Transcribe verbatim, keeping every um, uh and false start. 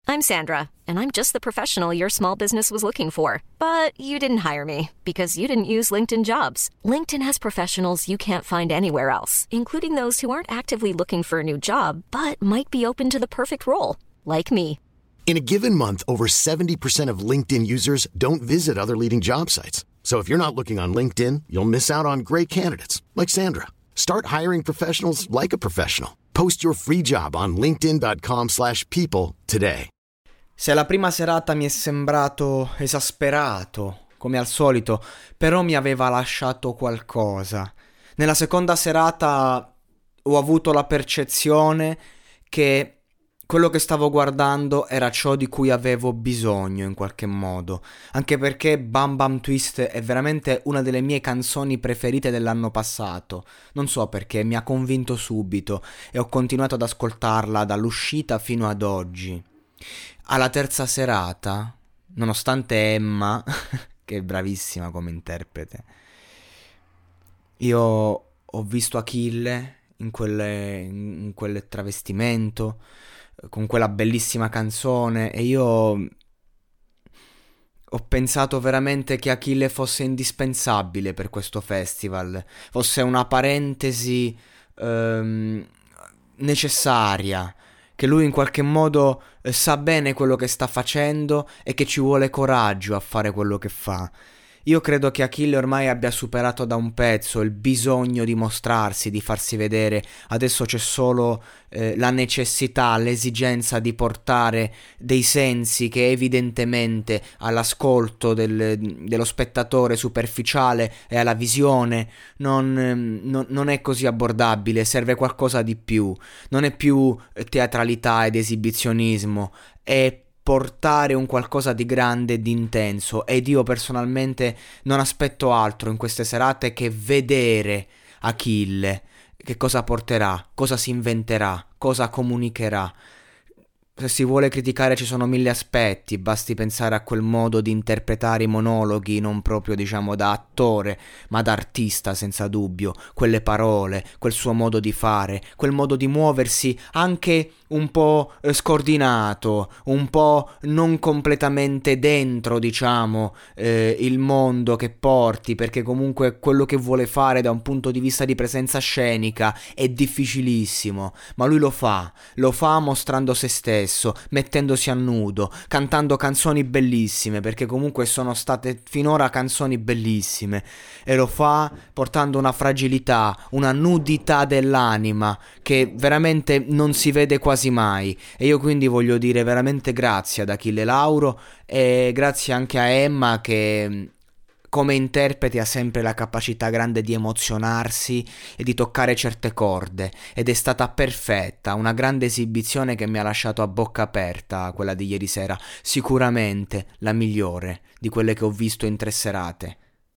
I'm Sandra, and I'm just the professional your small business was looking for. But you didn't hire me because you didn't use LinkedIn Jobs. LinkedIn has professionals you can't find anywhere else, including those who aren't actively looking for a new job, but might be open to the perfect role, like me. In a given month, over seventy percent of LinkedIn users don't visit other leading job sites. So if you're not looking on LinkedIn, you'll miss out on great candidates like Sandra. Start hiring professionals like a professional. Post your free job on linkedin.com slash people today. Se la prima serata mi è sembrato esasperato, come al solito, però mi aveva lasciato qualcosa. Nella seconda serata ho avuto la percezione che quello che stavo guardando era ciò di cui avevo bisogno in qualche modo, anche perché Bam Bam Twist è veramente una delle mie canzoni preferite dell'anno passato. Non so perché, mi ha convinto subito e ho continuato ad ascoltarla dall'uscita fino ad oggi. Alla terza serata, nonostante Emma, che è bravissima come interprete, io ho visto Achille in quelle, in quel travestimento, con quella bellissima canzone, e io ho pensato veramente che Achille fosse indispensabile per questo festival, fosse una parentesi ehm, necessaria, che lui in qualche modo eh, sa bene quello che sta facendo e che ci vuole coraggio a fare quello che fa. Io credo che Achille ormai abbia superato da un pezzo il bisogno di mostrarsi, di farsi vedere. Adesso c'è solo eh, la necessità, l'esigenza di portare dei sensi che evidentemente all'ascolto del, dello spettatore superficiale e alla visione non, non, non è così abbordabile, serve qualcosa di più. Non è più teatralità ed esibizionismo, è portare un qualcosa di grande e di intenso, ed io personalmente non aspetto altro in queste serate che vedere Achille, che cosa porterà, cosa si inventerà, cosa comunicherà. Se si vuole criticare ci sono mille aspetti, basti pensare a quel modo di interpretare i monologhi, non proprio diciamo da attore, ma da artista senza dubbio, quelle parole, quel suo modo di fare, quel modo di muoversi anche un po' scordinato, un po' non completamente dentro, diciamo, eh, il mondo che porti, perché comunque quello che vuole fare da un punto di vista di presenza scenica è difficilissimo, ma lui lo fa, lo fa mostrando se stesso, mettendosi a nudo, cantando canzoni bellissime, perché comunque sono state finora canzoni bellissime, e lo fa portando una fragilità, una nudità dell'anima che veramente non si vede quasi mai. E io quindi voglio dire veramente grazie ad Achille Lauro, e grazie anche a Emma che come interprete ha sempre la capacità grande di emozionarsi e di toccare certe corde, ed è stata perfetta, una grande esibizione che mi ha lasciato a bocca aperta, quella di ieri sera, sicuramente la migliore di quelle che ho visto in tre serate.